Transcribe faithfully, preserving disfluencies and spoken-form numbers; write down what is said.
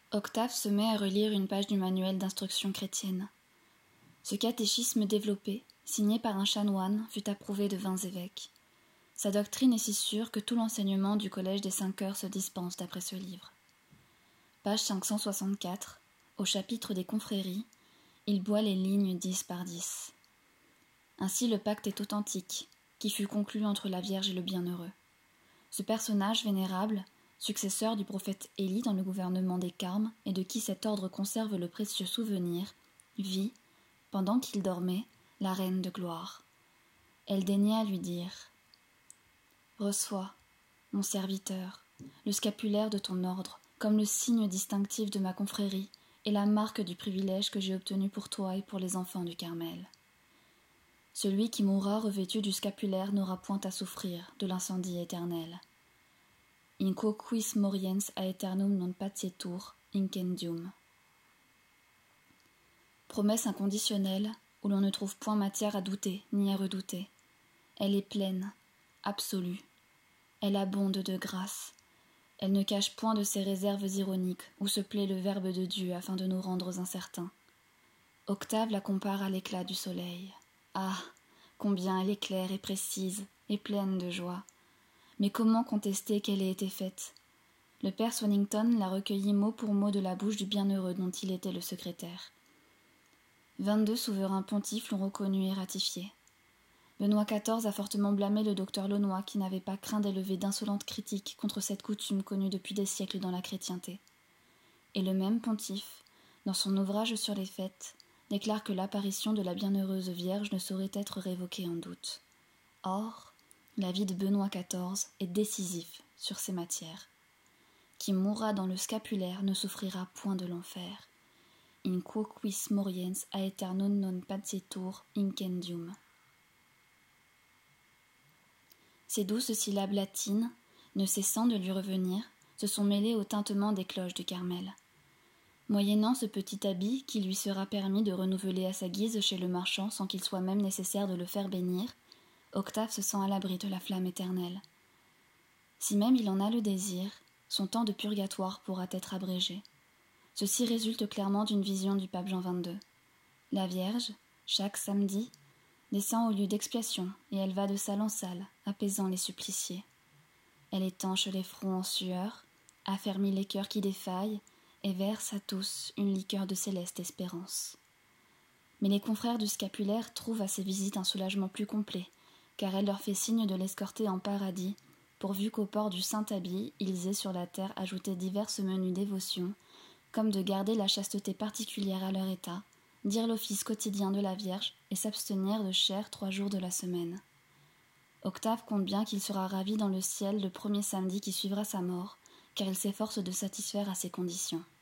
Octave se met à relire une page du manuel d'instruction chrétienne. Ce catéchisme développé, signé par un chanoine, fut approuvé de vingt évêques. Sa doctrine est si sûre que tout l'enseignement du Collège des Cinq Heures se dispense d'après ce livre. Page cinq cent soixante-quatre, au chapitre des confréries, il boit les lignes dix par dix. Ainsi le pacte est authentique, qui fut conclu entre la Vierge et le Bienheureux. Ce personnage vénérable, successeur du prophète Élie dans le gouvernement des Carmes et de qui cet ordre conserve le précieux souvenir, vit, pendant qu'il dormait, la reine de gloire. Elle daigna lui dire « Reçois, mon serviteur, le scapulaire de ton ordre, comme le signe distinctif de ma confrérie et la marque du privilège que j'ai obtenu pour toi et pour les enfants du Carmel. Celui qui mourra revêtu du scapulaire n'aura point à souffrir de l'incendie éternel. In quo quis moriens aeternum non patietur incendium. » Promesse inconditionnelle où l'on ne trouve point matière à douter ni à redouter. Elle est pleine, absolue. Elle abonde de grâce. Elle ne cache point de ses réserves ironiques où se plaît le Verbe de Dieu afin de nous rendre incertains. Octave la compare à l'éclat du soleil. Ah, combien elle est claire et précise et pleine de joie. Mais comment contester qu'elle ait été faite ? Le père Swanington l'a recueillie mot pour mot de la bouche du bienheureux dont il était le secrétaire. Vingt-deux souverains pontifes l'ont reconnu et ratifié. Benoît quatorze a fortement blâmé le docteur Launois qui n'avait pas craint d'élever d'insolentes critiques contre cette coutume connue depuis des siècles dans la chrétienté. Et le même pontife, dans son ouvrage sur les fêtes, déclare que l'apparition de la bienheureuse Vierge ne saurait être révoquée en doute. Or, l'avis de Benoît quatorze est décisif sur ces matières. Qui mourra dans le scapulaire ne souffrira point de l'enfer. In quo quis moriens aeternum non patietur incendium. Ces douces syllabes latines, ne cessant de lui revenir, se sont mêlées au tintement des cloches du Carmel. Moyennant ce petit habit qui lui sera permis de renouveler à sa guise chez le marchand sans qu'il soit même nécessaire de le faire bénir, Octave se sent à l'abri de la flamme éternelle. Si même il en a le désir, son temps de purgatoire pourra être abrégé. Ceci résulte clairement d'une vision du pape Jean vingt-deux. La Vierge, chaque samedi, descend au lieu d'expiation et elle va de salle en salle, apaisant les suppliciés. Elle étanche les fronts en sueur, affermit les cœurs qui défaillent et verse à tous une liqueur de céleste espérance. Mais les confrères du scapulaire trouvent à ces visites un soulagement plus complet, car elle leur fait signe de l'escorter en paradis, pourvu qu'au port du saint habit, ils aient sur la terre ajouté diverses menues dévotions, comme de garder la chasteté particulière à leur état, dire l'office quotidien de la Vierge et s'abstenir de chair trois jours de la semaine. Octave compte bien qu'il sera ravi dans le ciel le premier samedi qui suivra sa mort, car il s'efforce de satisfaire à ces conditions.